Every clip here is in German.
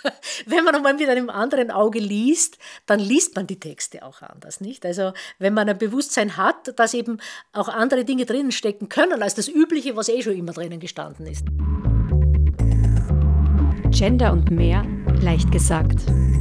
wenn man einmal mit einem anderen Auge liest, dann liest man die Texte auch anders, nicht? Also wenn man ein Bewusstsein hat, dass eben auch andere Dinge drinnen stecken können, als das Übliche, was schon immer drinnen gestanden ist. Gender und mehr, leicht gesagt.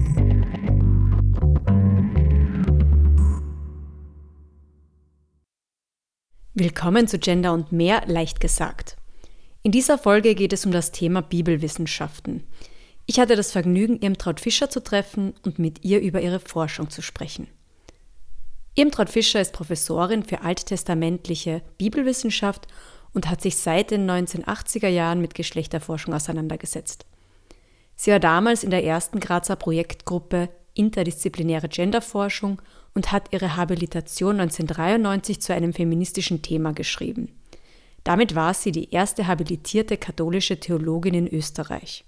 Willkommen zu Gender und mehr, leicht gesagt. In dieser Folge geht es um das Thema Bibelwissenschaften. Ich hatte das Vergnügen, Irmtraut Fischer zu treffen und mit ihr über ihre Forschung zu sprechen. Irmtraut Fischer ist Professorin für alttestamentliche Bibelwissenschaft und hat sich seit den 1980er Jahren mit Geschlechterforschung auseinandergesetzt. Sie war damals in der ersten Grazer Projektgruppe Interdisziplinäre Genderforschung und hat ihre Habilitation 1993 zu einem feministischen Thema geschrieben. Damit war sie die erste habilitierte katholische Theologin in Österreich.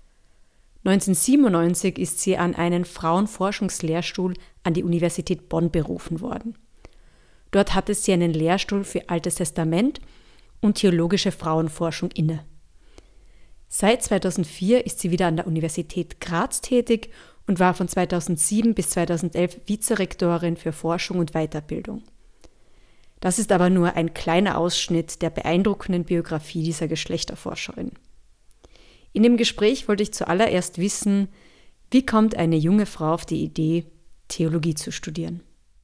1997 ist sie an einen Frauenforschungslehrstuhl an die Universität Bonn berufen worden. Dort hatte sie einen Lehrstuhl für Altes Testament und theologische Frauenforschung inne. Seit 2004 ist sie wieder an der Universität Graz tätig und war von 2007 bis 2011 Vizerektorin für Forschung und Weiterbildung. Das ist aber nur ein kleiner Ausschnitt der beeindruckenden Biografie dieser Geschlechterforscherin. In dem Gespräch wollte ich zuallererst wissen, wie kommt eine junge Frau auf die Idee, Theologie zu studieren?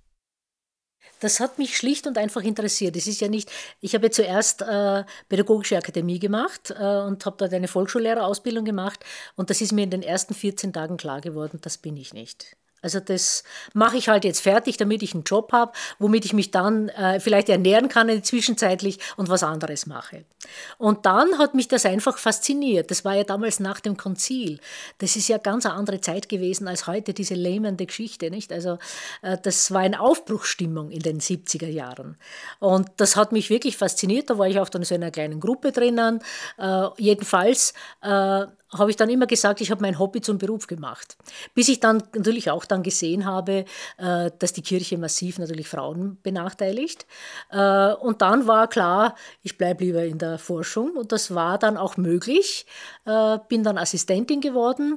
Das hat mich schlicht und einfach interessiert. Es ist ja nicht, ich habe ja zuerst Pädagogische Akademie gemacht und habe dort eine Volksschullehrerausbildung gemacht und das ist mir in den ersten 14 Tagen klar geworden, das bin ich nicht. Also das mache ich halt jetzt fertig, damit ich einen Job habe, womit ich mich dann vielleicht ernähren kann zwischenzeitlich und was anderes mache. Und dann hat mich das einfach fasziniert. Das war ja damals nach dem Konzil. Das ist ja ganz eine andere Zeit gewesen als heute, diese lähmende Geschichte, nicht? Also das war eine Aufbruchsstimmung in den 70er Jahren. Und das hat mich wirklich fasziniert. Da war ich auch dann in so einer kleinen Gruppe drinnen. Jedenfalls habe ich dann immer gesagt, ich habe mein Hobby zum Beruf gemacht. Bis ich dann natürlich auch dann gesehen habe, dass die Kirche massiv natürlich Frauen benachteiligt. Und dann war klar, ich bleibe lieber in der Forschung. Und das war dann auch möglich. Bin dann Assistentin geworden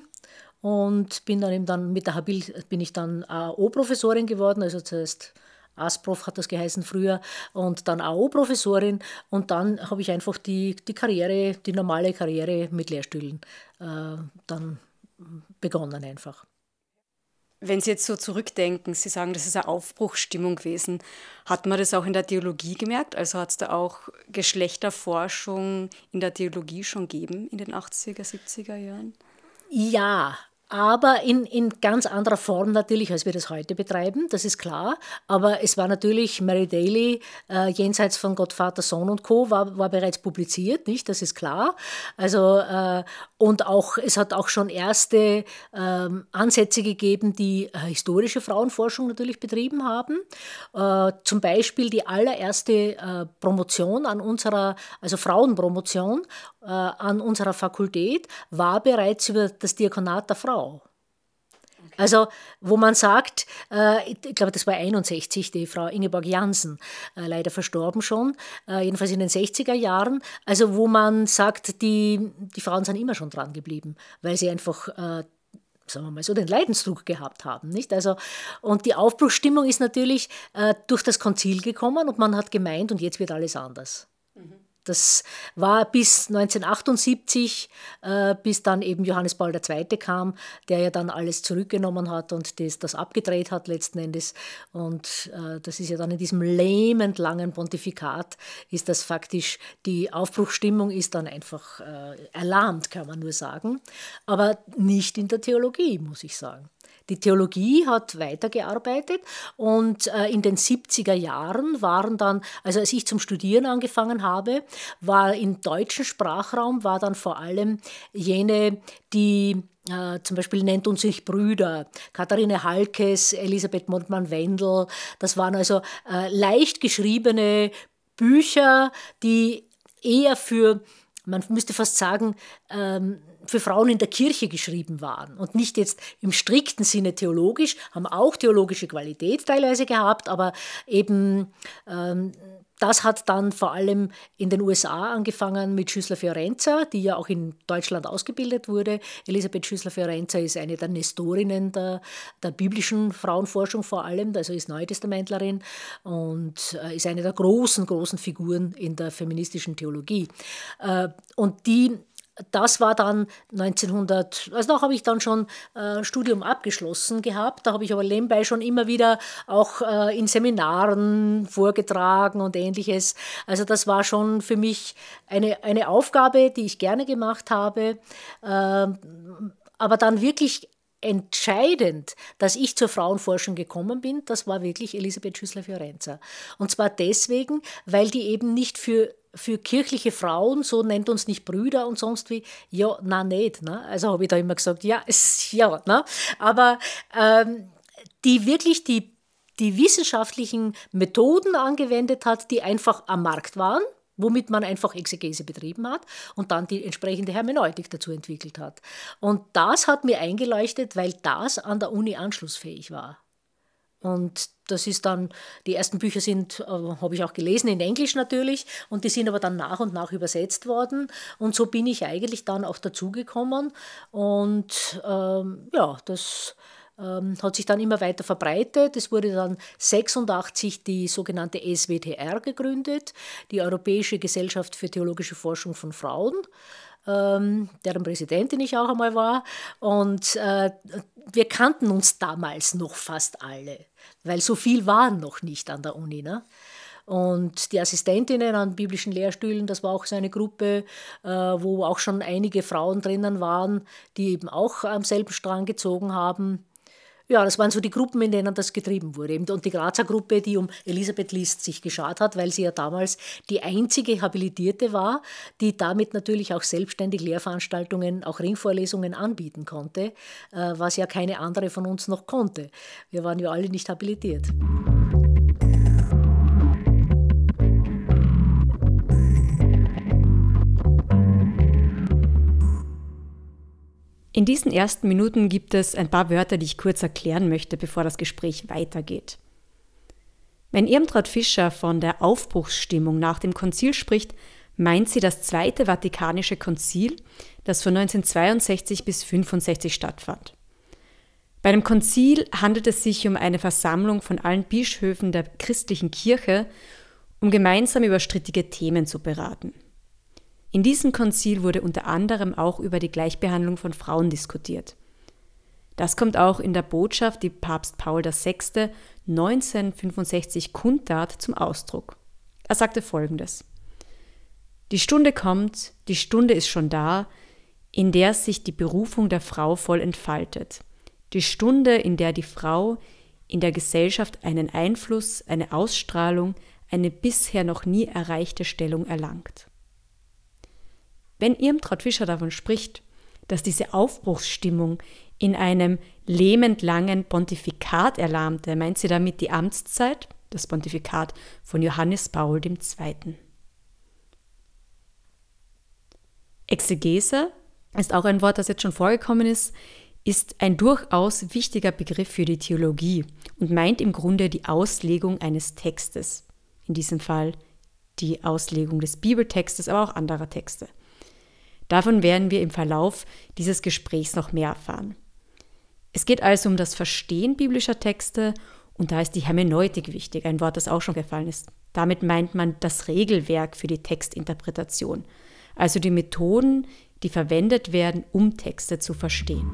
und bin dann eben dann mit der Habil bin ich dann AO-Professorin geworden, also zuerst ASPROF hat das geheißen früher und dann AO-Professorin und dann habe ich einfach die normale Karriere mit Lehrstühlen dann begonnen einfach. Wenn Sie jetzt so zurückdenken, Sie sagen, das ist eine Aufbruchsstimmung gewesen. Hat man das auch in der Theologie gemerkt? Also hat es da auch Geschlechterforschung in der Theologie schon gegeben in den 80er, 70er Jahren? Ja, aber in ganz anderer Form natürlich, als wir das heute betreiben, das ist klar. Aber es war natürlich Mary Daly, Jenseits von Gott, Vater, Sohn und Co. war bereits publiziert, nicht? Das ist klar. Also, und auch, es hat auch schon erste Ansätze gegeben, die historische Frauenforschung natürlich betrieben haben. Zum Beispiel die allererste Promotion an unserer, also Frauenpromotion an unserer Fakultät, war bereits über das Diakonat der Frau. Also, wo man sagt, ich glaube, das war 61, die Frau Ingeborg Jansen, leider verstorben schon, jedenfalls in den 60er Jahren, also wo man sagt, die Frauen sind immer schon dran geblieben, weil sie einfach sagen wir mal so, den Leidensdruck gehabt haben. Nicht? Also, und die Aufbruchsstimmung ist natürlich durch das Konzil gekommen und man hat gemeint, und jetzt wird alles anders. Das war bis 1978, bis dann eben Johannes Paul II. Kam, der ja dann alles zurückgenommen hat und das abgedreht hat letzten Endes. Und das ist ja dann in diesem lähmend langen Pontifikat, ist das faktisch, die Aufbruchsstimmung ist dann einfach erlahmt, kann man nur sagen. Aber nicht in der Theologie, muss ich sagen. Die Theologie hat weitergearbeitet und in den 70er Jahren waren dann, also als ich zum Studieren angefangen habe, war im deutschen Sprachraum war dann vor allem jene, die zum Beispiel nennt uns sich Brüder, Katharine Halkes, Elisabeth Montmann-Wendel, das waren also leicht geschriebene Bücher, die eher für, man müsste fast sagen, für Frauen in der Kirche geschrieben waren und nicht jetzt im strikten Sinne theologisch, haben auch theologische Qualität teilweise gehabt, aber eben Das hat dann vor allem in den USA angefangen mit Schüssler-Fiorenza, die ja auch in Deutschland ausgebildet wurde. Elisabeth Schüssler-Fiorenza ist eine der Nestorinnen der biblischen Frauenforschung vor allem, also ist Neutestamentlerin und ist eine der großen, großen Figuren in der feministischen Theologie. Und das war dann 1900, also da habe ich dann schon Studium abgeschlossen gehabt. Da habe ich aber nebenbei schon immer wieder auch in Seminaren vorgetragen und Ähnliches. Also das war schon für mich eine Aufgabe, die ich gerne gemacht habe. Aber dann wirklich entscheidend, dass ich zur Frauenforschung gekommen bin, das war wirklich Elisabeth Schüssler-Fiorenza. Und zwar deswegen, weil die eben nicht für kirchliche Frauen, so nennt uns nicht Brüder und sonst wie, ja, na nicht. Ne? Also habe ich da immer gesagt, ja, ja. Ne? Aber die wirklich die wissenschaftlichen Methoden angewendet hat, die einfach am Markt waren, womit man einfach Exegese betrieben hat und dann die entsprechende Hermeneutik dazu entwickelt hat. Und das hat mir eingeleuchtet, weil das an der Uni anschlussfähig war. Und das ist dann, die ersten Bücher habe ich auch gelesen, in Englisch natürlich, und die sind aber dann nach und nach übersetzt worden. Und so bin ich eigentlich dann auch dazugekommen. Und das hat sich dann immer weiter verbreitet. Es wurde dann 1986 die sogenannte SWTR gegründet, die Europäische Gesellschaft für Theologische Forschung von Frauen, deren Präsidentin ich auch einmal war. Und wir kannten uns damals noch fast alle, weil so viel waren noch nicht an der Uni. Ne? Und die Assistentinnen an biblischen Lehrstühlen, das war auch so eine Gruppe, wo auch schon einige Frauen drinnen waren, die eben auch am selben Strang gezogen haben. Ja, das waren so die Gruppen, in denen das getrieben wurde. Und die Grazer Gruppe, die um Elisabeth List sich geschart hat, weil sie ja damals die einzige Habilitierte war, die damit natürlich auch selbstständig Lehrveranstaltungen, auch Ringvorlesungen anbieten konnte, was ja keine andere von uns noch konnte. Wir waren ja alle nicht habilitiert. In diesen ersten Minuten gibt es ein paar Wörter, die ich kurz erklären möchte, bevor das Gespräch weitergeht. Wenn Irmtraut Fischer von der Aufbruchsstimmung nach dem Konzil spricht, meint sie das Zweite Vatikanische Konzil, das von 1962 bis 1965 stattfand. Bei dem Konzil handelt es sich um eine Versammlung von allen Bischöfen der christlichen Kirche, um gemeinsam über strittige Themen zu beraten. In diesem Konzil wurde unter anderem auch über die Gleichbehandlung von Frauen diskutiert. Das kommt auch in der Botschaft, die Papst Paul VI. 1965 kundtat, zum Ausdruck. Er sagte Folgendes: Die Stunde kommt, die Stunde ist schon da, in der sich die Berufung der Frau voll entfaltet. Die Stunde, in der die Frau in der Gesellschaft einen Einfluss, eine Ausstrahlung, eine bisher noch nie erreichte Stellung erlangt. Wenn Irmtraut Fischer davon spricht, dass diese Aufbruchsstimmung in einem lähmend langen Pontifikat erlahmte, meint sie damit die Amtszeit, das Pontifikat von Johannes Paul II. Exegese ist auch ein Wort, das jetzt schon vorgekommen ist ein durchaus wichtiger Begriff für die Theologie und meint im Grunde die Auslegung eines Textes. In diesem Fall die Auslegung des Bibeltextes, aber auch anderer Texte. Davon werden wir im Verlauf dieses Gesprächs noch mehr erfahren. Es geht also um das Verstehen biblischer Texte und da ist die Hermeneutik wichtig, ein Wort, das auch schon gefallen ist. Damit meint man das Regelwerk für die Textinterpretation, also die Methoden, die verwendet werden, um Texte zu verstehen.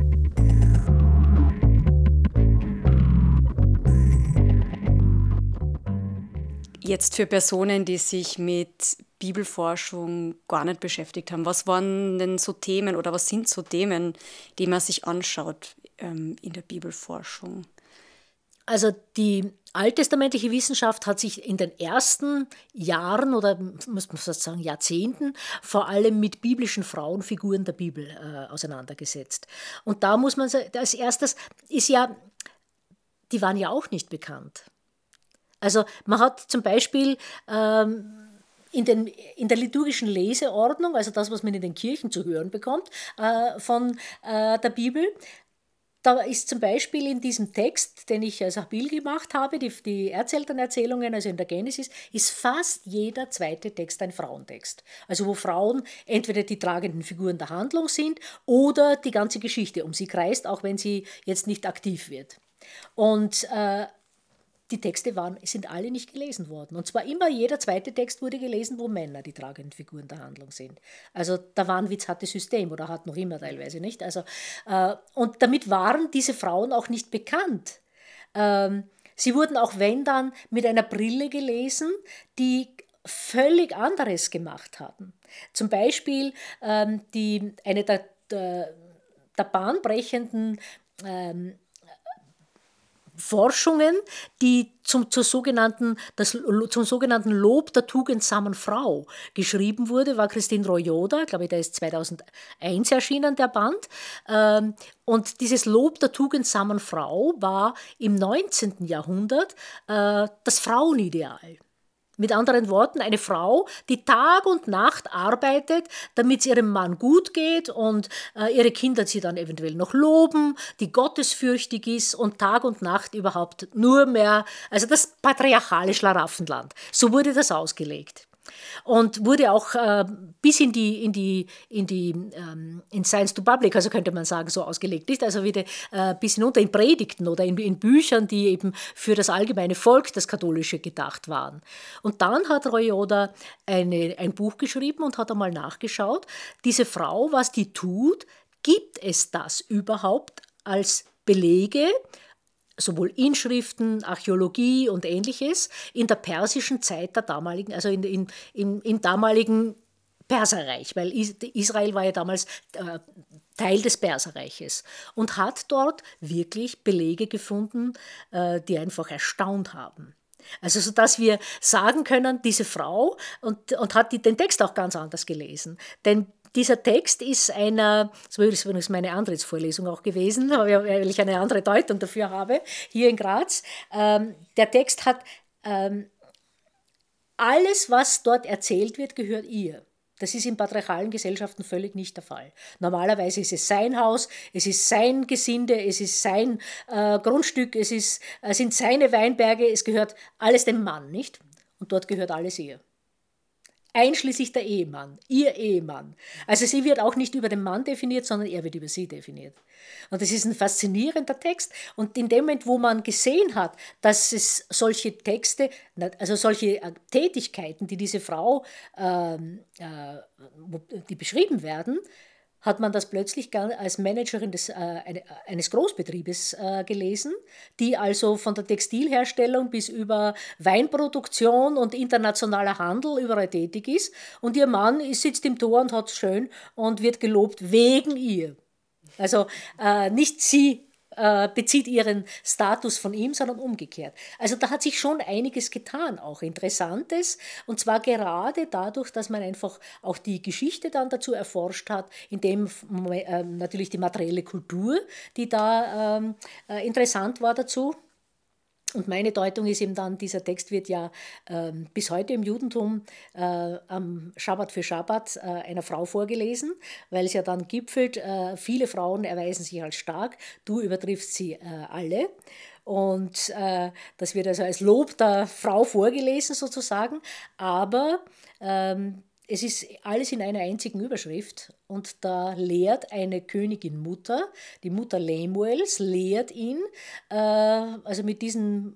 Jetzt für Personen, die sich mit Bibelforschung gar nicht beschäftigt haben, was waren denn so Themen oder was sind so Themen, die man sich anschaut in der Bibelforschung? Also die alttestamentliche Wissenschaft hat sich in den ersten Jahren oder muss man fast sagen Jahrzehnten vor allem mit biblischen Frauenfiguren der Bibel auseinandergesetzt. Und da muss man sagen, als erstes ist ja, die waren ja auch nicht bekannt. Also man hat zum Beispiel in der liturgischen Leseordnung, also das, was man in den Kirchen zu hören bekommt von der Bibel, da ist zum Beispiel in diesem Text, den ich als Habil gemacht habe, die Erzähltenerzählungen, also in der Genesis, ist fast jeder zweite Text ein Frauentext. Also wo Frauen entweder die tragenden Figuren der Handlung sind oder die ganze Geschichte um sie kreist, auch wenn sie jetzt nicht aktiv wird. Und die Texte sind alle nicht gelesen worden. Und zwar immer jeder zweite Text wurde gelesen, wo Männer die tragenden Figuren der Handlung sind. Also der Wahnwitz hatte System oder hat noch immer teilweise nicht. Also, und damit waren diese Frauen auch nicht bekannt. Sie wurden auch, wenn dann, mit einer Brille gelesen, die völlig anderes gemacht haben. Zum Beispiel eine der bahnbrechenden Forschungen, die zum sogenannten Lob der tugendsamen Frau geschrieben wurde, war Christine Royoda, glaube ich, der ist 2001 erschienen, der Band. Und dieses Lob der tugendsamen Frau war im 19. Jahrhundert das Frauenideal. Mit anderen Worten, eine Frau, die Tag und Nacht arbeitet, damit es ihrem Mann gut geht und ihre Kinder sie dann eventuell noch loben, die gottesfürchtig ist und Tag und Nacht überhaupt nur mehr, also das patriarchale Schlaraffenland. So wurde das ausgelegt. Und wurde auch bis in Science to Public, also könnte man sagen, so ausgelegt, nicht? Also wieder bis hinunter in Predigten oder in Büchern, die eben für das allgemeine Volk, das Katholische, gedacht waren. Und dann hat Royoda ein Buch geschrieben und hat einmal nachgeschaut, diese Frau, was die tut, gibt es das überhaupt als Belege, sowohl Inschriften, Archäologie und Ähnliches, in der persischen Zeit der damaligen, also im damaligen Perserreich, weil Israel war ja damals Teil des Perserreiches und hat dort wirklich Belege gefunden, die einfach erstaunt haben. Also sodass wir sagen können, diese Frau, und hat den Text auch ganz anders gelesen, denn dieser Text ist das ist übrigens meine Antrittsvorlesung auch gewesen, weil ich eine andere Deutung dafür habe, hier in Graz. Der Text hat alles, was dort erzählt wird, gehört ihr. Das ist in patriarchalen Gesellschaften völlig nicht der Fall. Normalerweise ist es sein Haus, es ist sein Gesinde, es ist sein Grundstück, es sind seine Weinberge, es gehört alles dem Mann, nicht? Und dort gehört alles ihr. Einschließlich der Ehemann, ihr Ehemann. Also sie wird auch nicht über den Mann definiert, sondern er wird über sie definiert. Und das ist ein faszinierender Text. Und in dem Moment, wo man gesehen hat, dass es solche Texte, also solche Tätigkeiten, die diese Frau, die beschrieben werden, hat man das plötzlich als Managerin eines Großbetriebes gelesen, die also von der Textilherstellung bis über Weinproduktion und internationaler Handel überall tätig ist. Und ihr Mann sitzt im Tor und hat es schön und wird gelobt wegen ihr. Also nicht sie bezieht ihren Status von ihm, sondern umgekehrt. Also da hat sich schon einiges getan, auch Interessantes, und zwar gerade dadurch, dass man einfach auch die Geschichte dann dazu erforscht hat, indem natürlich die materielle Kultur, die da interessant war dazu. Und meine Deutung ist eben dann, dieser Text wird ja bis heute im Judentum am Schabbat für Schabbat einer Frau vorgelesen, weil es ja dann gipfelt, viele Frauen erweisen sich als stark, du übertriffst sie alle. Und das wird also als Lob der Frau vorgelesen sozusagen, aber es ist alles in einer einzigen Überschrift und da lehrt eine Königin Mutter, die Mutter Lemuels, lehrt ihn, also mit diesem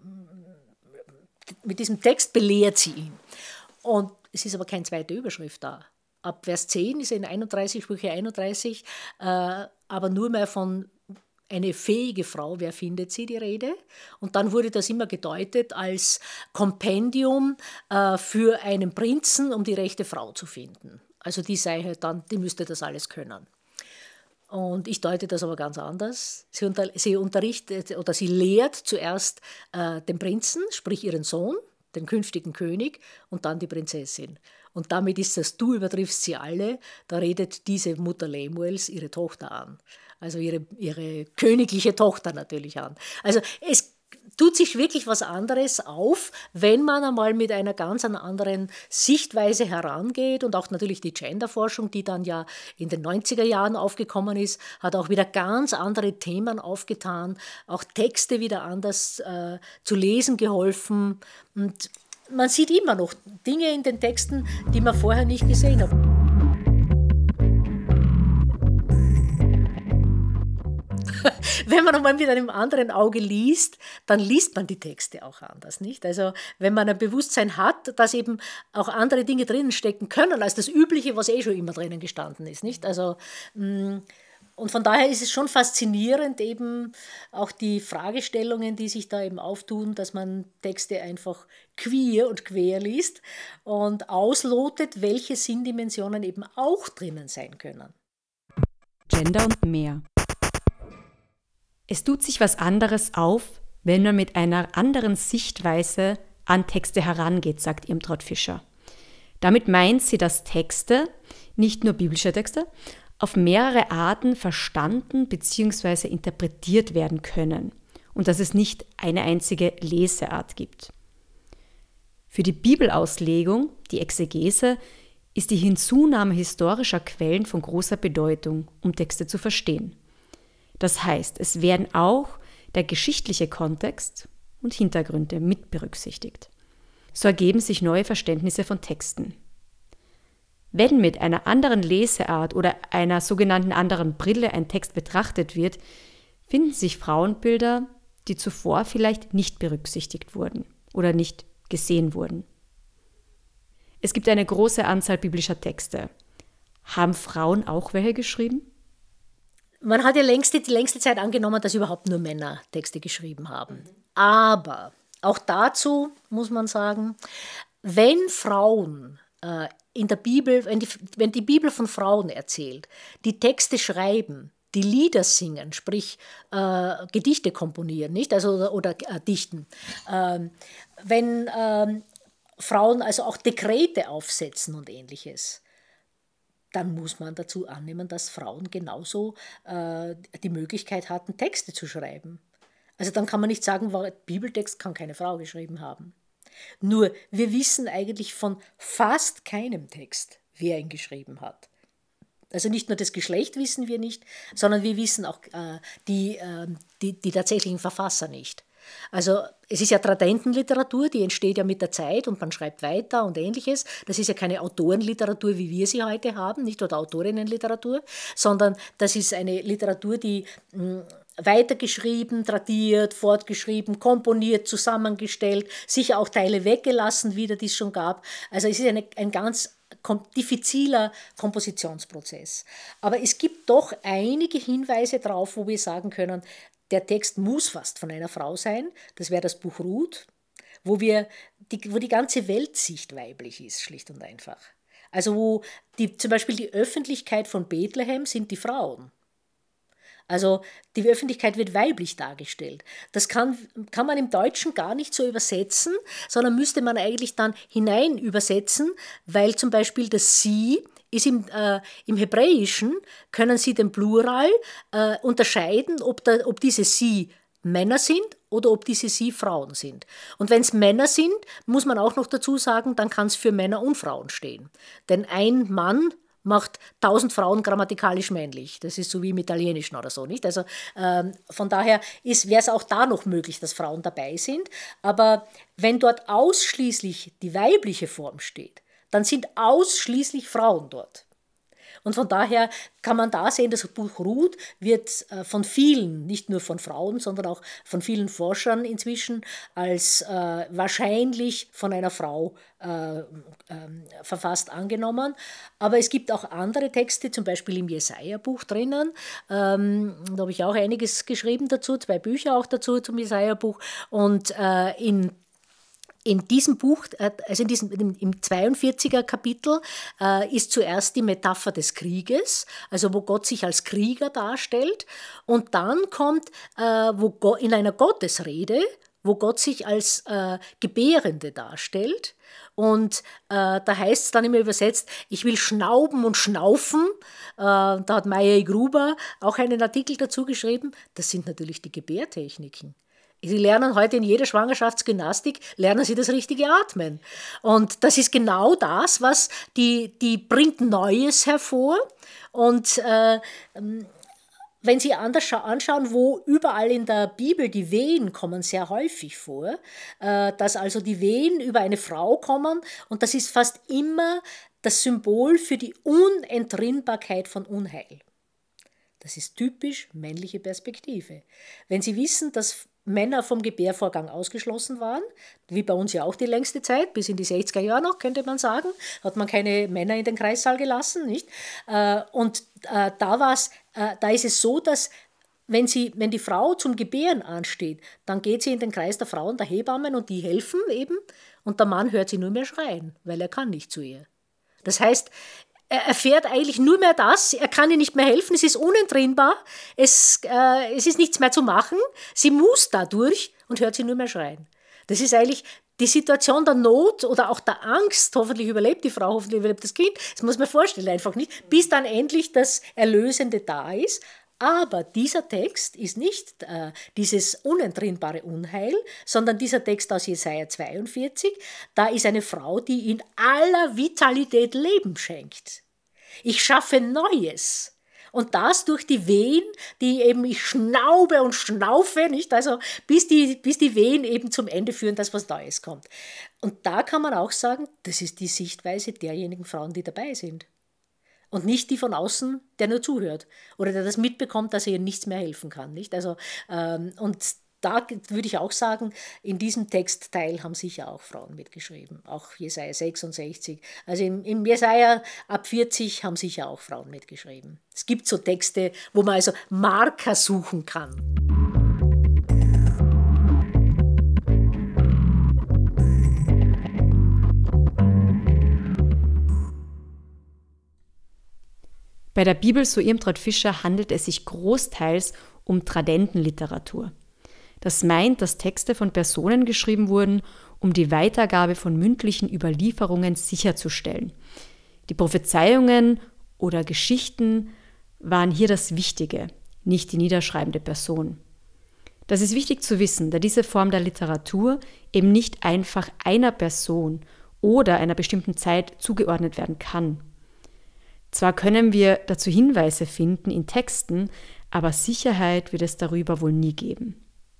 Text belehrt sie ihn. Und es ist aber keine zweite Überschrift da. Ab Vers 10 ist in 31, Sprüche 31, aber nur mehr von eine fähige Frau, wer findet sie, die Rede? Und dann wurde das immer gedeutet als Kompendium für einen Prinzen, um die rechte Frau zu finden. Also die sei halt dann, die müsste das alles können. Und ich deute das aber ganz anders. Sie unterrichtet oder sie lehrt zuerst den Prinzen, sprich ihren Sohn, den künftigen König, und dann die Prinzessin. Und damit ist das, du übertriffst sie alle, da redet diese Mutter Lemuels ihre Tochter an. Also ihre königliche Tochter natürlich an. Also tut sich wirklich was anderes auf, wenn man einmal mit einer ganz anderen Sichtweise herangeht. Und auch natürlich die Genderforschung, die dann ja in den 90er Jahren aufgekommen ist, hat auch wieder ganz andere Themen aufgetan, auch Texte wieder anders zu lesen geholfen. Und man sieht immer noch Dinge in den Texten, die man vorher nicht gesehen hat. Wenn man einmal mit einem anderen Auge liest, dann liest man die Texte auch anders, nicht? Also wenn man ein Bewusstsein hat, dass eben auch andere Dinge drinnen stecken können, als das Übliche, was schon immer drinnen gestanden ist, nicht? Also, und von daher ist es schon faszinierend, eben auch die Fragestellungen, die sich da eben auftun, dass man Texte einfach queer und quer liest und auslotet, welche Sinndimensionen eben auch drinnen sein können. Gender und mehr. Es tut sich was anderes auf, wenn man mit einer anderen Sichtweise an Texte herangeht, sagt Irmtraut Fischer. Damit meint sie, dass Texte, nicht nur biblische Texte, auf mehrere Arten verstanden bzw. interpretiert werden können und dass es nicht eine einzige Leseart gibt. Für die Bibelauslegung, die Exegese, ist die Hinzunahme historischer Quellen von großer Bedeutung, um Texte zu verstehen. Das heißt, es werden auch der geschichtliche Kontext und Hintergründe mit berücksichtigt. So ergeben sich neue Verständnisse von Texten. Wenn mit einer anderen Leseart oder einer sogenannten anderen Brille ein Text betrachtet wird, finden sich Frauenbilder, die zuvor vielleicht nicht berücksichtigt wurden oder nicht gesehen wurden. Es gibt eine große Anzahl biblischer Texte. Haben Frauen auch welche geschrieben? Man hat ja die längste Zeit angenommen, dass überhaupt nur Männer Texte geschrieben haben. Aber auch dazu muss man sagen, wenn Frauen in der Bibel, wenn die Bibel von Frauen erzählt, die Texte schreiben, die Lieder singen, sprich Gedichte komponieren, nicht? Also, oder dichten. Wenn Frauen also auch Dekrete aufsetzen und Ähnliches, dann muss man dazu annehmen, dass Frauen genauso die Möglichkeit hatten, Texte zu schreiben. Also dann kann man nicht sagen, Bibeltext kann keine Frau geschrieben haben. Nur, wir wissen eigentlich von fast keinem Text, wer ihn geschrieben hat. Also nicht nur das Geschlecht wissen wir nicht, sondern wir wissen auch die tatsächlichen Verfasser nicht. Also es ist ja Tradentenliteratur, die entsteht ja mit der Zeit und man schreibt weiter und Ähnliches. Das ist ja keine Autorenliteratur, wie wir sie heute haben, nicht oder Autorinnenliteratur, sondern das ist eine Literatur, die weitergeschrieben, tradiert, fortgeschrieben, komponiert, zusammengestellt, sicher auch Teile weggelassen wieder, die es schon gab. Also es ist ein ganz diffiziler Kompositionsprozess. Aber es gibt doch einige Hinweise darauf, wo wir sagen können, der Text muss fast von einer Frau sein. Das wäre das Buch Ruth, wo die ganze Weltsicht weiblich ist, schlicht und einfach. Also wo zum Beispiel die Öffentlichkeit von Bethlehem sind die Frauen. Also die Öffentlichkeit wird weiblich dargestellt. Das kann man im Deutschen gar nicht so übersetzen, sondern müsste man eigentlich dann hinein übersetzen, weil zum Beispiel das Sie ist im Hebräischen, können Sie den Plural unterscheiden, ob diese Sie Männer sind oder ob diese Sie Frauen sind. Und wenn es Männer sind, muss man auch noch dazu sagen, dann kann es für Männer und Frauen stehen. Denn ein Mann macht 1000 Frauen grammatikalisch männlich. Das ist so wie im Italienischen oder so, nicht? Also von daher wäre es auch da noch möglich, dass Frauen dabei sind. Aber wenn dort ausschließlich die weibliche Form steht, dann sind ausschließlich Frauen dort. Und von daher kann man da sehen, das Buch Ruth wird von vielen, nicht nur von Frauen, sondern auch von vielen Forschern inzwischen als wahrscheinlich von einer Frau verfasst angenommen. Aber es gibt auch andere Texte, zum Beispiel im Jesaja-Buch drinnen. Da habe ich auch einiges geschrieben dazu, 2 Bücher auch dazu zum Jesaja-Buch. Und in diesem Buch, also im 42er Kapitel, ist zuerst die Metapher des Krieges, also wo Gott sich als Krieger darstellt. Und dann kommt in einer Gottesrede, wo Gott sich als Gebärende darstellt. Und da heißt es dann immer übersetzt, ich will schnauben und schnaufen. Da hat Maya Gruber auch einen Artikel dazu geschrieben. Das sind natürlich die Gebärtechniken. Sie lernen heute in jeder Schwangerschaftsgymnastik, lernen sie das richtige Atmen. Und das ist genau das, was die bringt Neues hervor. Und wenn Sie anschauen, wo überall in der Bibel die Wehen kommen sehr häufig vor, dass also die Wehen über eine Frau kommen und das ist fast immer das Symbol für die Unentrinnbarkeit von Unheil. Das ist typisch männliche Perspektive. Wenn Sie wissen, dass Männer vom Gebärvorgang ausgeschlossen waren, wie bei uns ja auch die längste Zeit, bis in die 60er Jahre noch, könnte man sagen, hat man keine Männer in den Kreissaal gelassen, nicht? Und da ist es so, dass wenn die Frau zum Gebären ansteht, dann geht sie in den Kreis der Frauen, der Hebammen und die helfen eben und der Mann hört sie nur mehr schreien, weil er kann nicht zu ihr. Das heißt, er erfährt eigentlich nur mehr das, er kann ihr nicht mehr helfen, es ist unentrinnbar, es ist nichts mehr zu machen, sie muss da durch und hört sie nur mehr schreien. Das ist eigentlich die Situation der Not oder auch der Angst, hoffentlich überlebt die Frau, hoffentlich überlebt das Kind, das muss man vorstellen einfach nicht, bis dann endlich das Erlösende da ist. Aber dieser Text ist nicht dieses unentrinnbare Unheil, sondern dieser Text aus Jesaja 42, da ist eine Frau, die in aller Vitalität Leben schenkt. Ich schaffe Neues. Und das durch die Wehen, die eben ich schnaube und schnaufe, nicht? Also bis die Wehen eben zum Ende führen, dass was Neues kommt. Und da kann man auch sagen, das ist die Sichtweise derjenigen Frauen, die dabei sind. Und nicht die von außen, der nur zuhört oder der das mitbekommt, dass er ihr nichts mehr helfen kann. Nicht? Also, und da würde ich auch sagen, in diesem Textteil haben sicher auch Frauen mitgeschrieben, auch Jesaja 66. Also im Jesaja ab 40 haben sicher auch Frauen mitgeschrieben. Es gibt so Texte, wo man also Marker suchen kann. Bei der Bibel, so Irmtraut Fischer, handelt es sich großteils um Tradentenliteratur. Das meint, dass Texte von Personen geschrieben wurden, um die Weitergabe von mündlichen Überlieferungen sicherzustellen. Die Prophezeiungen oder Geschichten waren hier das Wichtige, nicht die niederschreibende Person. Das ist wichtig zu wissen, da diese Form der Literatur eben nicht einfach einer Person oder einer bestimmten Zeit zugeordnet werden kann. Zwar können wir dazu Hinweise finden in Texten, aber Sicherheit wird es darüber wohl nie geben.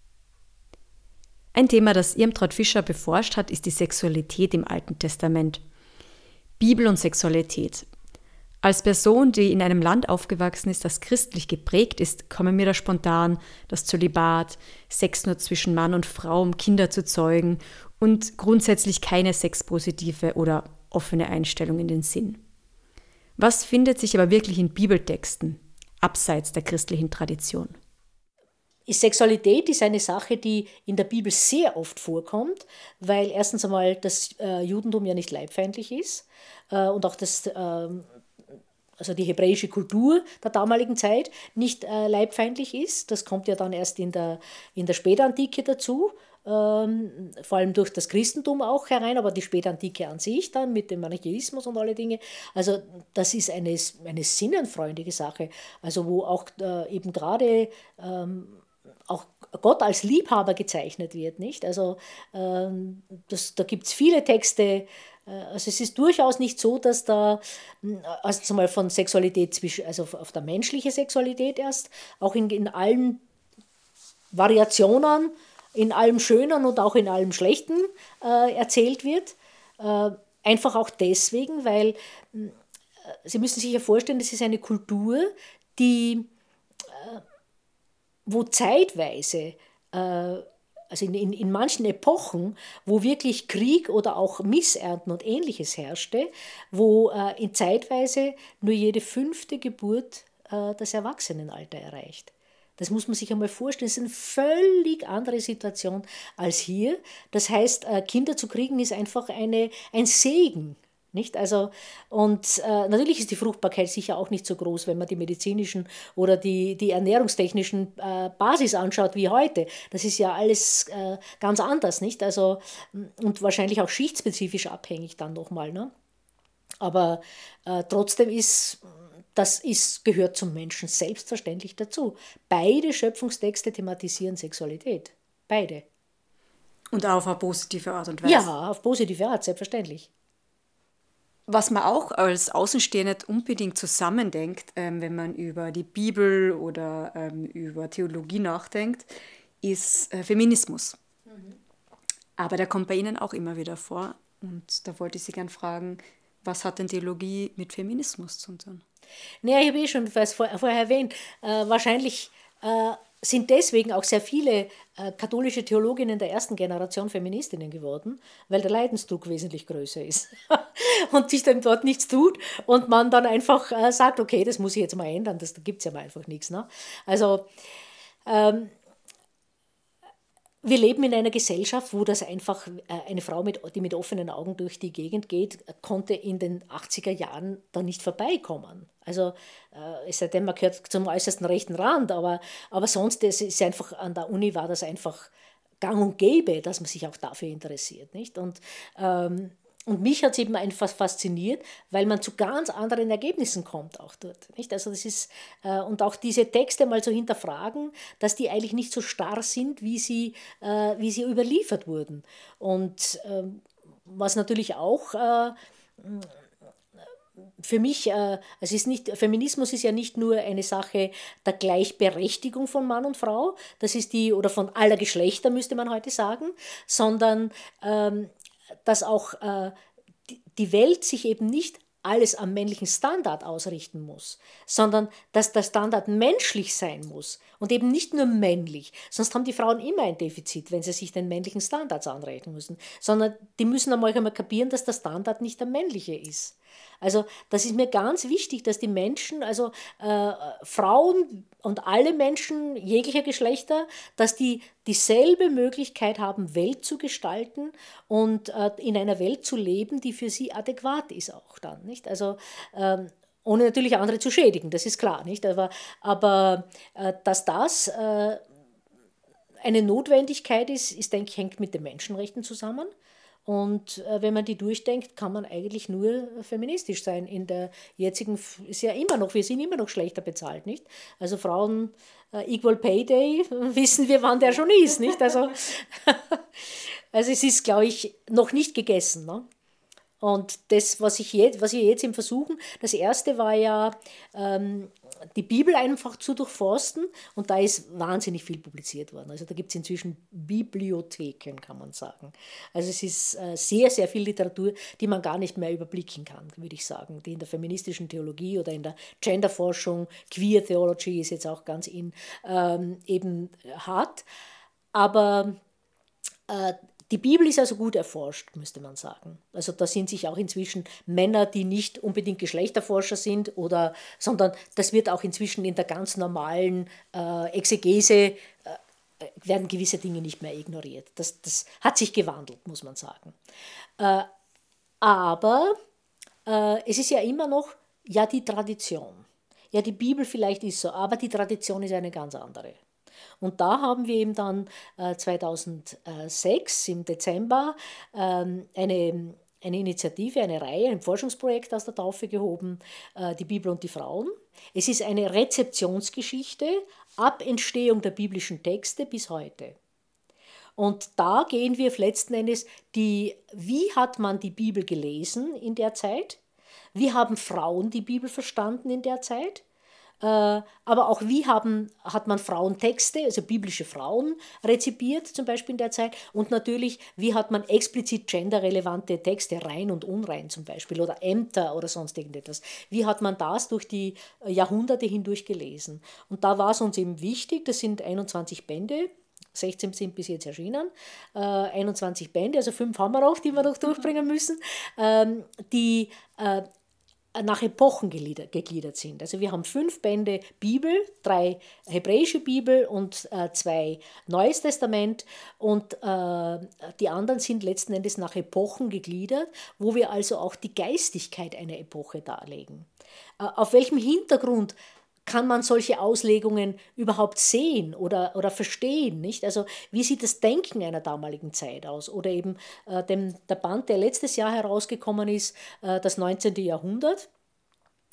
Ein Thema, das Irmtraut Fischer beforscht hat, ist die Sexualität im Alten Testament. Bibel und Sexualität. Als Person, die in einem Land aufgewachsen ist, das christlich geprägt ist, kommen mir da spontan das Zölibat, Sex nur zwischen Mann und Frau, um Kinder zu zeugen und grundsätzlich keine sexpositive oder offene Einstellung in den Sinn. Was findet sich aber wirklich in Bibeltexten, abseits der christlichen Tradition? Sexualität ist eine Sache, die in der Bibel sehr oft vorkommt, weil erstens einmal das Judentum ja nicht leibfeindlich ist und auch also die hebräische Kultur der damaligen Zeit nicht leibfeindlich ist. Das kommt ja dann erst in der Spätantike dazu. Vor allem durch das Christentum auch herein, aber die Spätantike an sich dann mit dem Manichäismus und alle Dinge. Also das ist eine sinnenfreundliche Sache, also wo auch eben gerade auch Gott als Liebhaber gezeichnet wird, nicht? Also da gibt es viele Texte. Also es ist durchaus nicht so, dass da, also zum Beispiel von Sexualität, also auf der menschliche Sexualität erst, auch in allen Variationen, in allem Schönen und auch in allem Schlechten erzählt wird. Einfach auch deswegen, weil Sie müssen sich ja vorstellen, das ist eine Kultur, wo zeitweise, also in manchen Epochen, wo wirklich Krieg oder auch Missernten und Ähnliches herrschte, wo in zeitweise nur jede 5. Geburt das Erwachsenenalter erreicht. Das muss man sich einmal vorstellen, das ist eine völlig andere Situation als hier. Das heißt, Kinder zu kriegen ist einfach ein Segen. Nicht? Also, und natürlich ist die Fruchtbarkeit sicher auch nicht so groß, wenn man die medizinischen oder die ernährungstechnischen Basis anschaut wie heute. Das ist ja alles ganz anders, nicht? Also, und wahrscheinlich auch schichtspezifisch abhängig dann nochmal. Ne? Aber trotzdem gehört zum Menschen selbstverständlich dazu. Beide Schöpfungstexte thematisieren Sexualität. beide. Und auch auf eine positive Art und Weise. Ja, auf positive Art, selbstverständlich. Was man auch als Außenstehender nicht unbedingt zusammendenkt, wenn man über die Bibel oder über Theologie nachdenkt, ist Feminismus. Aber der kommt bei Ihnen auch immer wieder vor. Und da wollte ich Sie gern fragen, was hat denn Theologie mit Feminismus zu tun? Naja, ich habe schon vorher erwähnt, wahrscheinlich sind deswegen auch sehr viele katholische Theologinnen der ersten Generation Feministinnen geworden, weil der Leidensdruck wesentlich größer ist und sich dann dort nichts tut und man dann einfach sagt, okay, das muss ich jetzt mal ändern, da gibt es ja mal einfach nichts. Ne? Also wir leben in einer Gesellschaft, wo das einfach eine Frau, die mit offenen Augen durch die Gegend geht, konnte in den 80er Jahren da nicht vorbeikommen. Also es sei denn, man gehört zum äußersten rechten Rand, aber sonst ist einfach, an der Uni war das einfach gang und gäbe, dass man sich auch dafür interessiert. Nicht? Und mich hat es eben einfach fasziniert, weil man zu ganz anderen Ergebnissen kommt auch dort. Nicht? Also das ist, und auch diese Texte mal zu hinterfragen, dass die eigentlich nicht so starr sind, wie sie überliefert wurden. Und was natürlich auch für mich, Feminismus ist ja nicht nur eine Sache der Gleichberechtigung von Mann und Frau, das ist oder von aller Geschlechter, müsste man heute sagen, sondern dass auch die Welt sich eben nicht alles am männlichen Standard ausrichten muss, sondern dass der Standard menschlich sein muss und eben nicht nur männlich. Sonst haben die Frauen immer ein Defizit, wenn sie sich den männlichen Standards anrechnen müssen, sondern die müssen einmal kapieren, dass der Standard nicht der männliche ist. Also das ist mir ganz wichtig, dass die Menschen, also Frauen und alle Menschen jeglicher Geschlechter, dass die dieselbe Möglichkeit haben, Welt zu gestalten und in einer Welt zu leben, die für sie adäquat ist auch dann, nicht? Also ohne natürlich andere zu schädigen, das ist klar, nicht? Aber dass das eine Notwendigkeit ist, denke ich, hängt mit den Menschenrechten zusammen. Und wenn man die durchdenkt, kann man eigentlich nur feministisch sein. In der jetzigen, ist ja immer noch, wir sind immer noch schlechter bezahlt, nicht? Also Frauen, Equal Pay Day, wissen wir, wann der schon ist, nicht? Also es ist, glaube ich, noch nicht gegessen, ne? Und das, was wir jetzt eben versuchen, das erste war ja, die Bibel einfach zu durchforsten und da ist wahnsinnig viel publiziert worden. Also da gibt es inzwischen Bibliotheken, kann man sagen. Also es ist sehr, sehr viel Literatur, die man gar nicht mehr überblicken kann, würde ich sagen, die in der feministischen Theologie oder in der Genderforschung, Queer Theology ist jetzt auch ganz eben hat. Aber die Bibel ist also gut erforscht, müsste man sagen. Also da sind sich auch inzwischen Männer, die nicht unbedingt Geschlechterforscher sind, sondern das wird auch inzwischen in der ganz normalen Exegese, werden gewisse Dinge nicht mehr ignoriert. Das hat sich gewandelt, muss man sagen. Aber es ist ja immer noch, ja, die Tradition. Ja, die Bibel vielleicht ist so, aber die Tradition ist eine ganz andere. Und da haben wir eben dann 2006 im Dezember eine Initiative, eine Reihe, ein Forschungsprojekt aus der Taufe gehoben, die Bibel und die Frauen. Es ist eine Rezeptionsgeschichte ab Entstehung der biblischen Texte bis heute. Und da gehen wir letzten Endes, wie hat man die Bibel gelesen in der Zeit? Wie haben Frauen die Bibel verstanden in der Zeit? Aber auch hat man Frauentexte, also biblische Frauen rezipiert, zum Beispiel in der Zeit. Und natürlich, wie hat man explizit genderrelevante Texte, rein und unrein zum Beispiel, oder Ämter oder sonst irgendetwas. Wie hat man das durch die Jahrhunderte hindurch gelesen? Und da war es uns eben wichtig, das sind 21 Bände, 16 sind bis jetzt erschienen, 21 Bände, also 5 haben wir noch, die wir noch durchbringen müssen, die nach Epochen gegliedert sind. Also wir haben 5 Bände Bibel, 3 hebräische Bibel und 2 Neues Testament und die anderen sind letzten Endes nach Epochen gegliedert, wo wir also auch die Geistigkeit einer Epoche darlegen. Auf welchem Hintergrund kann man solche Auslegungen überhaupt sehen oder verstehen, nicht? Also wie sieht das Denken einer damaligen Zeit aus? Oder eben der Band, der letztes Jahr herausgekommen ist, das 19. Jahrhundert,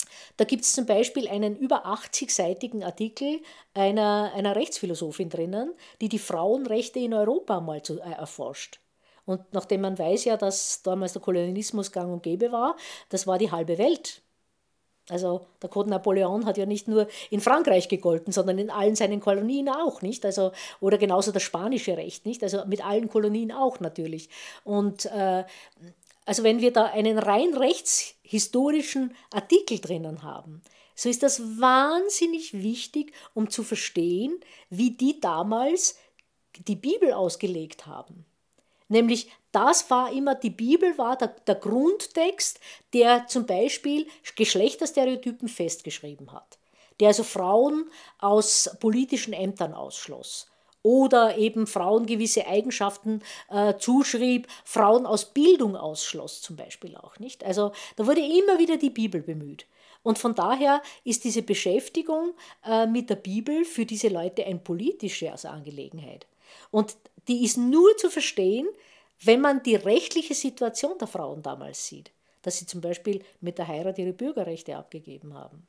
Da gibt es zum Beispiel einen über 80-seitigen Artikel einer Rechtsphilosophin drinnen, die die Frauenrechte in Europa mal erforscht. Und nachdem man weiß ja, dass damals der Kolonialismus gang und gäbe war, das war die halbe Welt. Also der Code Napoleon hat ja nicht nur in Frankreich gegolten, sondern in allen seinen Kolonien auch, nicht? Also, oder genauso das spanische Recht, nicht? Also mit allen Kolonien auch natürlich. Und also wenn wir da einen rein rechtshistorischen Artikel drinnen haben, so ist das wahnsinnig wichtig, um zu verstehen, wie die damals die Bibel ausgelegt haben. Nämlich, die Bibel war der Grundtext, der zum Beispiel Geschlechterstereotypen festgeschrieben hat, der also Frauen aus politischen Ämtern ausschloss oder eben Frauen gewisse Eigenschaften zuschrieb, Frauen aus Bildung ausschloss zum Beispiel auch, nicht? Also da wurde immer wieder die Bibel bemüht. Und von daher ist diese Beschäftigung mit der Bibel für diese Leute eine politische Angelegenheit. Und die ist nur zu verstehen, wenn man die rechtliche Situation der Frauen damals sieht, dass sie zum Beispiel mit der Heirat ihre Bürgerrechte abgegeben haben.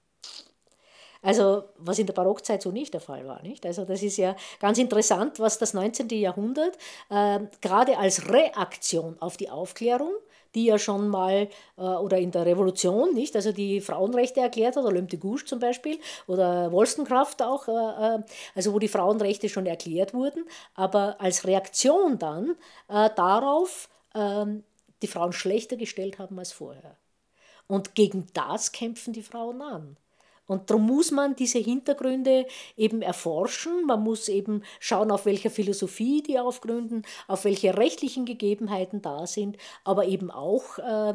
Also was in der Barockzeit so nicht der Fall war. Nicht? Also das ist ja ganz interessant, was das 19. Jahrhundert gerade als Reaktion auf die Aufklärung, die ja schon mal, oder in der Revolution, nicht, also die Frauenrechte erklärt hat, Olympe de Gouges zum Beispiel, oder Wollstonecraft auch, also wo die Frauenrechte schon erklärt wurden, aber als Reaktion dann darauf die Frauen schlechter gestellt haben als vorher. Und gegen das kämpfen die Frauen an. Und darum muss man diese Hintergründe eben erforschen, man muss eben schauen, auf welcher Philosophie die aufgründen, auf welche rechtlichen Gegebenheiten da sind, aber eben auch,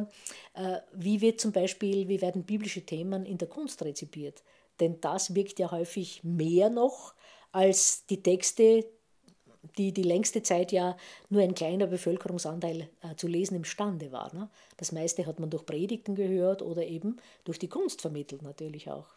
wie werden biblische Themen in der Kunst rezipiert. Denn das wirkt ja häufig mehr noch als die Texte, die längste Zeit ja nur ein kleiner Bevölkerungsanteil zu lesen imstande war. Ne? Das meiste hat man durch Predigten gehört oder eben durch die Kunst vermittelt natürlich auch.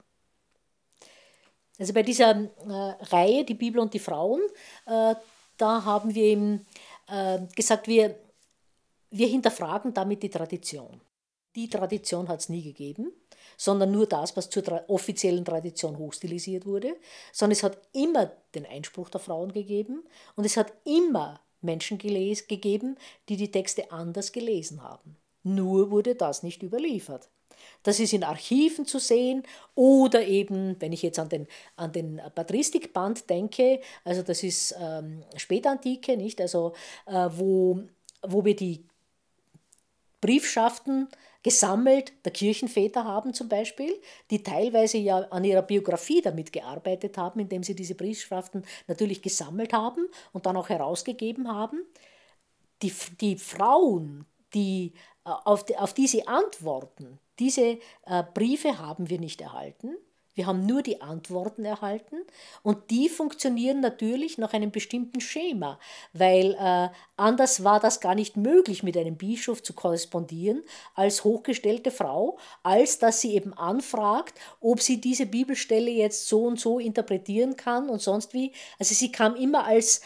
Also bei dieser Reihe, die Bibel und die Frauen, da haben wir eben gesagt, wir hinterfragen damit die Tradition. Die Tradition hat es nie gegeben, sondern nur das, was zur offiziellen Tradition hochstilisiert wurde, sondern es hat immer den Einspruch der Frauen gegeben und es hat immer Menschen gegeben, die die Texte anders gelesen haben. Nur wurde das nicht überliefert. Das ist in Archiven zu sehen oder eben, wenn ich jetzt an den Patristikband denke, also das ist Spätantike, nicht? Also wo wir die Briefschaften gesammelt der Kirchenväter haben zum Beispiel, die teilweise ja an ihrer Biografie damit gearbeitet haben, indem sie diese Briefschaften natürlich gesammelt haben und dann auch herausgegeben haben. Die Frauen, die auf diese Antworten, diese Briefe haben wir nicht erhalten. Wir haben nur die Antworten erhalten und die funktionieren natürlich nach einem bestimmten Schema, weil anders war das gar nicht möglich, mit einem Bischof zu korrespondieren als hochgestellte Frau, als dass sie eben anfragt, ob sie diese Bibelstelle jetzt so und so interpretieren kann und sonst wie. Also sie kam immer als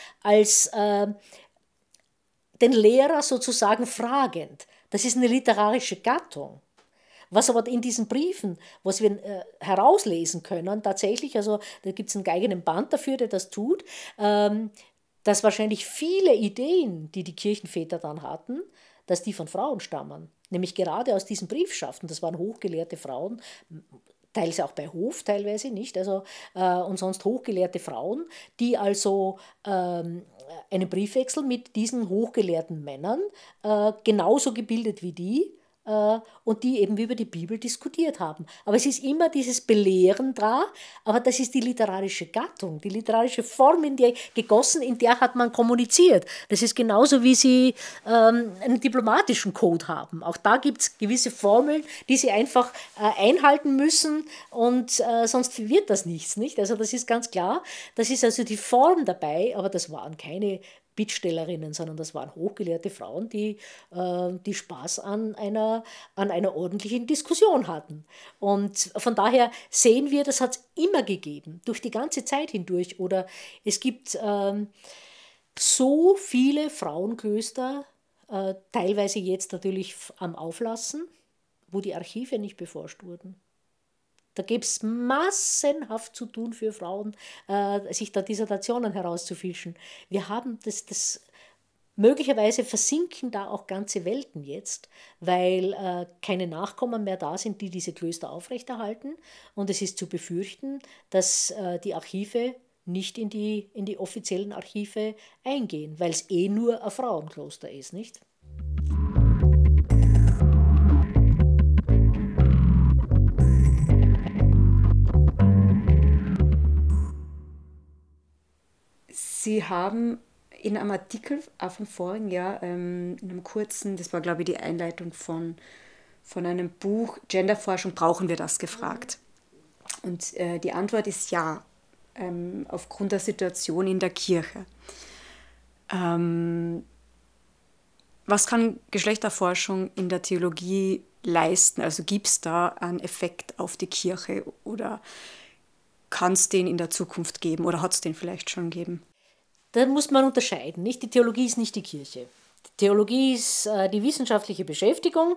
den Lehrer sozusagen fragend. Das ist eine literarische Gattung. Was aber in diesen Briefen, was wir herauslesen können, tatsächlich, also da gibt es einen eigenen Band dafür, der das tut, dass wahrscheinlich viele Ideen, die die Kirchenväter dann hatten, dass die von Frauen stammen. Nämlich gerade aus diesen Briefschaften, das waren hochgelehrte Frauen, teils auch bei Hof teilweise nicht, also und sonst hochgelehrte Frauen, die also einen Briefwechsel mit diesen hochgelehrten Männern, genauso gebildet wie die, und die eben über die Bibel diskutiert haben. Aber es ist immer dieses Belehren da, aber das ist die literarische Gattung, die literarische Form, in der gegossen, in der hat man kommuniziert. Das ist genauso, wie sie einen diplomatischen Code haben. Auch da gibt es gewisse Formeln, die sie einfach einhalten müssen und sonst wird das nichts. Nicht? Also das ist ganz klar. Das ist also die Form dabei, aber das waren keine Bittstellerinnen, sondern das waren hochgelehrte Frauen, die Spaß an einer ordentlichen Diskussion hatten. Und von daher sehen wir, das hat es immer gegeben, durch die ganze Zeit hindurch. Oder es gibt so viele Frauenklöster, teilweise jetzt natürlich am Auflassen, wo die Archive nicht beforscht wurden. Da gäbe es massenhaft zu tun für Frauen, sich da Dissertationen herauszufischen. Wir haben möglicherweise versinken da auch ganze Welten jetzt, weil keine Nachkommen mehr da sind, die diese Klöster aufrechterhalten. Und es ist zu befürchten, dass die Archive nicht in die offiziellen Archive eingehen, weil es nur ein Frauenkloster ist, nicht? Sie haben in einem Artikel vom vorigen Jahr, in einem kurzen, das war glaube ich die Einleitung von einem Buch, Genderforschung, brauchen wir das, gefragt. Und die Antwort ist ja, aufgrund der Situation in der Kirche. Was kann Geschlechterforschung in der Theologie leisten? Also gibt es da einen Effekt auf die Kirche oder kann es den in der Zukunft geben oder hat es den vielleicht schon gegeben? Da muss man unterscheiden, nicht? Die Theologie ist nicht die Kirche. Die Theologie ist die wissenschaftliche Beschäftigung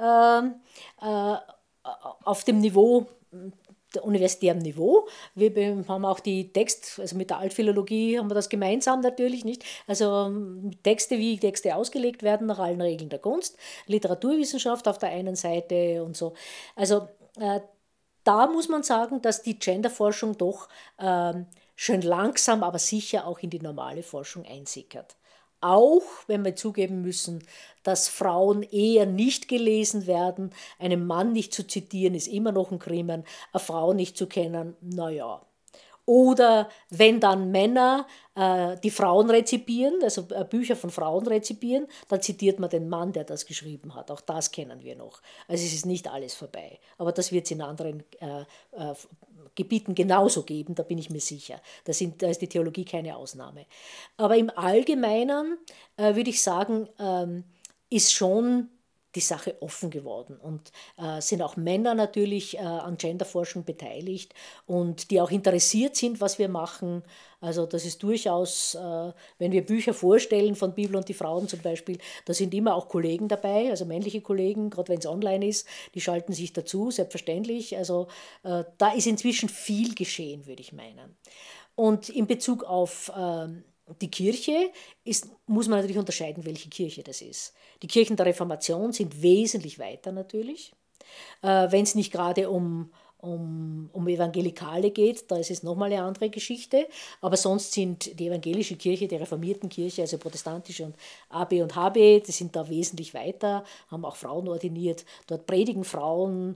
auf dem Niveau, der universitären Niveau. Wir haben auch die also mit der Altphilologie haben wir das gemeinsam natürlich, nicht? Also Texte, wie Texte ausgelegt werden nach allen Regeln der Kunst, Literaturwissenschaft auf der einen Seite und so. Also da muss man sagen, dass die Genderforschung doch schön langsam, aber sicher auch in die normale Forschung einsickert. Auch wenn wir zugeben müssen, dass Frauen eher nicht gelesen werden, einen Mann nicht zu zitieren, ist immer noch ein Krimen, eine Frau nicht zu kennen, naja. Oder wenn dann Männer die Frauen rezipieren, also Bücher von Frauen rezipieren, dann zitiert man den Mann, der das geschrieben hat. Auch das kennen wir noch. Also es ist nicht alles vorbei. Aber das wird es in anderen Gebieten genauso geben, da bin ich mir sicher. Da ist die Theologie keine Ausnahme. Aber im Allgemeinen würde ich sagen, ist schon die Sache offen geworden und sind auch Männer natürlich an Genderforschung beteiligt und die auch interessiert sind, was wir machen. Also das ist durchaus, wenn wir Bücher vorstellen von Bibel und die Frauen zum Beispiel, da sind immer auch Kollegen dabei, also männliche Kollegen, gerade wenn es online ist, die schalten sich dazu, selbstverständlich. Also da ist inzwischen viel geschehen, würde ich meinen. Und in Bezug auf die Kirche muss man natürlich unterscheiden, welche Kirche das ist. Die Kirchen der Reformation sind wesentlich weiter natürlich. Wenn es nicht gerade um Evangelikale geht, da ist es nochmal eine andere Geschichte. Aber sonst sind die evangelische Kirche, die reformierten Kirche, also protestantische und AB und HB, die sind da wesentlich weiter, haben auch Frauen ordiniert. Dort predigen Frauen,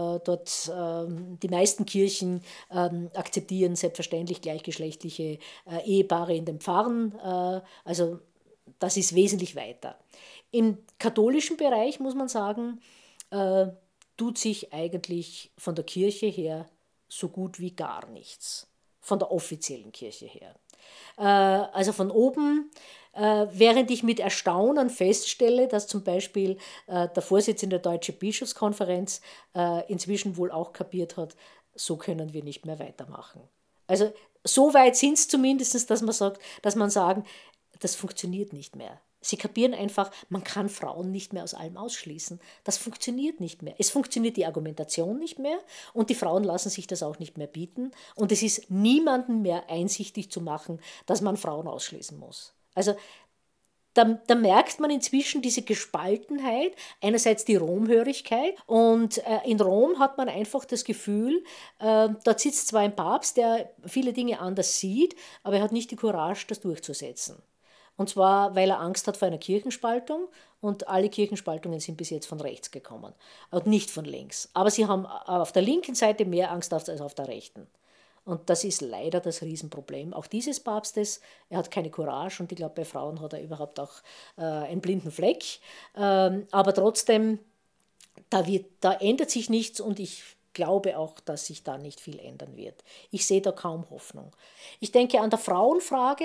die meisten Kirchen akzeptieren selbstverständlich gleichgeschlechtliche Ehepaare in den Pfarren. Also das ist wesentlich weiter. Im katholischen Bereich muss man sagen, tut sich eigentlich von der Kirche her so gut wie gar nichts. Von der offiziellen Kirche her. Also von oben, während ich mit Erstaunen feststelle, dass zum Beispiel der Vorsitzende der Deutschen Bischofskonferenz inzwischen wohl auch kapiert hat, so können wir nicht mehr weitermachen. Also so weit sind es zumindest, dass man sagen, das funktioniert nicht mehr. Sie kapieren einfach, man kann Frauen nicht mehr aus allem ausschließen. Das funktioniert nicht mehr. Es funktioniert die Argumentation nicht mehr und die Frauen lassen sich das auch nicht mehr bieten. Und es ist niemandem mehr einsichtig zu machen, dass man Frauen ausschließen muss. Also da merkt man inzwischen diese Gespaltenheit, einerseits die Romhörigkeit und in Rom hat man einfach das Gefühl, dort sitzt zwar ein Papst, der viele Dinge anders sieht, aber er hat nicht die Courage, das durchzusetzen. Und zwar, weil er Angst hat vor einer Kirchenspaltung und alle Kirchenspaltungen sind bis jetzt von rechts gekommen und nicht von links. Aber sie haben auf der linken Seite mehr Angst als auf der rechten. Und das ist leider das Riesenproblem auch dieses Papstes. Er hat keine Courage und ich glaube, bei Frauen hat er überhaupt auch einen blinden Fleck. Aber trotzdem, da ändert sich nichts und ich glaube auch, dass sich da nicht viel ändern wird. Ich sehe da kaum Hoffnung. Ich denke an der Frauenfrage,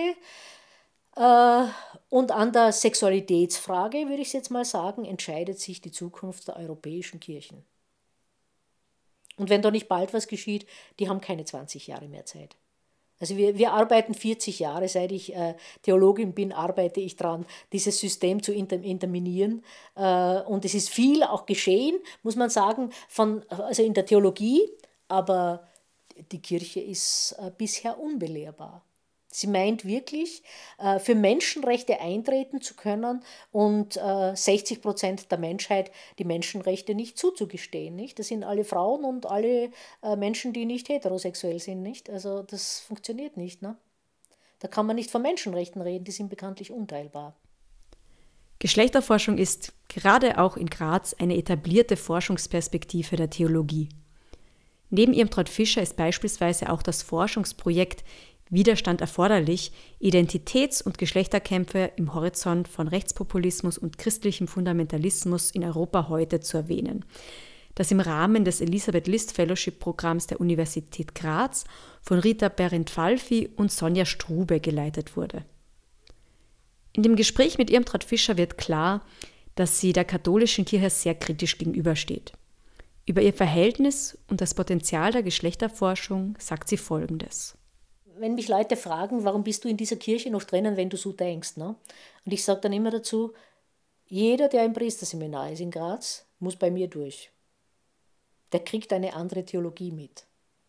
und an der Sexualitätsfrage, würde ich jetzt mal sagen, entscheidet sich die Zukunft der europäischen Kirchen. Und wenn da nicht bald was geschieht, die haben keine 20 Jahre mehr Zeit. Also wir arbeiten 40 Jahre, seit ich Theologin bin, arbeite ich daran, dieses System zu interminieren. Und es ist viel auch geschehen, muss man sagen, also in der Theologie, aber die Kirche ist bisher unbelehrbar. Sie meint wirklich, für Menschenrechte eintreten zu können und 60% der Menschheit die Menschenrechte nicht zuzugestehen. Nicht? Das sind alle Frauen und alle Menschen, die nicht heterosexuell sind. Nicht? Also das funktioniert nicht. Ne? Da kann man nicht von Menschenrechten reden, die sind bekanntlich unteilbar. Geschlechterforschung ist gerade auch in Graz eine etablierte Forschungsperspektive der Theologie. Neben Irmtraut Fischer ist beispielsweise auch das Forschungsprojekt Widerstand erforderlich, Identitäts- und Geschlechterkämpfe im Horizont von Rechtspopulismus und christlichem Fundamentalismus in Europa heute zu erwähnen, das im Rahmen des Elisabeth List Fellowship-Programms der Universität Graz von Rita Berendt-Falfi und Sonja Strube geleitet wurde. In dem Gespräch mit Irmtraut Fischer wird klar, dass sie der katholischen Kirche sehr kritisch gegenübersteht. Über ihr Verhältnis und das Potenzial der Geschlechterforschung sagt sie Folgendes. Wenn mich Leute fragen, warum bist du in dieser Kirche noch drinnen, wenn du so denkst? Ne? Und ich sage dann immer dazu, jeder, der im Priesterseminar ist in Graz, muss bei mir durch. Der kriegt eine andere Theologie mit.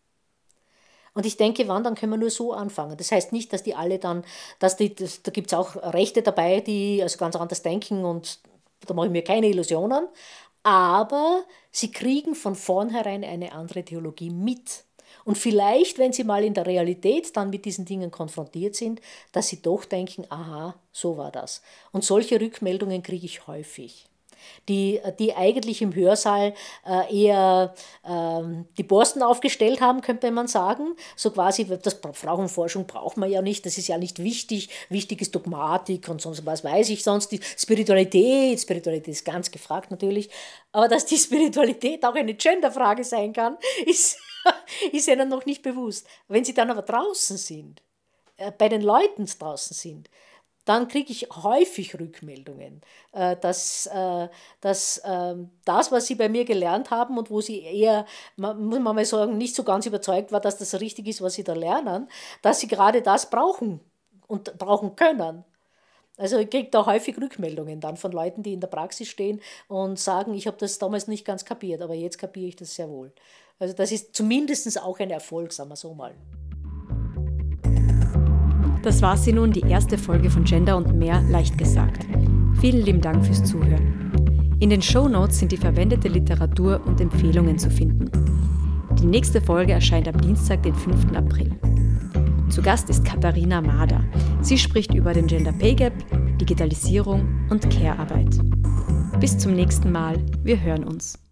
Und ich denke, wann, dann können wir nur so anfangen. Das heißt nicht, dass die alle dann, da gibt es auch Rechte dabei, die also ganz anders denken und da mache ich mir keine Illusionen, aber sie kriegen von vornherein eine andere Theologie mit. Und vielleicht, wenn sie mal in der Realität dann mit diesen Dingen konfrontiert sind, dass sie doch denken, aha, so war das. Und solche Rückmeldungen kriege ich häufig, die eigentlich im Hörsaal eher die Borsten aufgestellt haben, könnte man sagen. So quasi, das Frauenforschung braucht man ja nicht, das ist ja nicht wichtig. Wichtig ist Dogmatik und sonst was weiß ich sonst. Die Spiritualität ist ganz gefragt natürlich. Aber dass die Spiritualität auch eine Genderfrage sein kann, ist ihnen noch nicht bewusst. Wenn sie dann aber draußen sind, bei den Leuten draußen sind, dann kriege ich häufig Rückmeldungen, dass das, was sie bei mir gelernt haben und wo sie eher, muss man mal sagen, nicht so ganz überzeugt war, dass das richtig ist, was sie da lernen, dass sie gerade das brauchen und brauchen können. Also ich kriege da häufig Rückmeldungen dann von Leuten, die in der Praxis stehen und sagen, ich habe das damals nicht ganz kapiert, aber jetzt kapiere ich das sehr wohl. Also das ist zumindest auch ein Erfolg, sagen wir so mal. Das war sie nun, die erste Folge von Gender und mehr leicht gesagt. Vielen lieben Dank fürs Zuhören. In den Shownotes sind die verwendete Literatur und Empfehlungen zu finden. Die nächste Folge erscheint am Dienstag, den 5. April. Zu Gast ist Katharina Mader. Sie spricht über den Gender Pay Gap, Digitalisierung und Care-Arbeit. Bis zum nächsten Mal. Wir hören uns.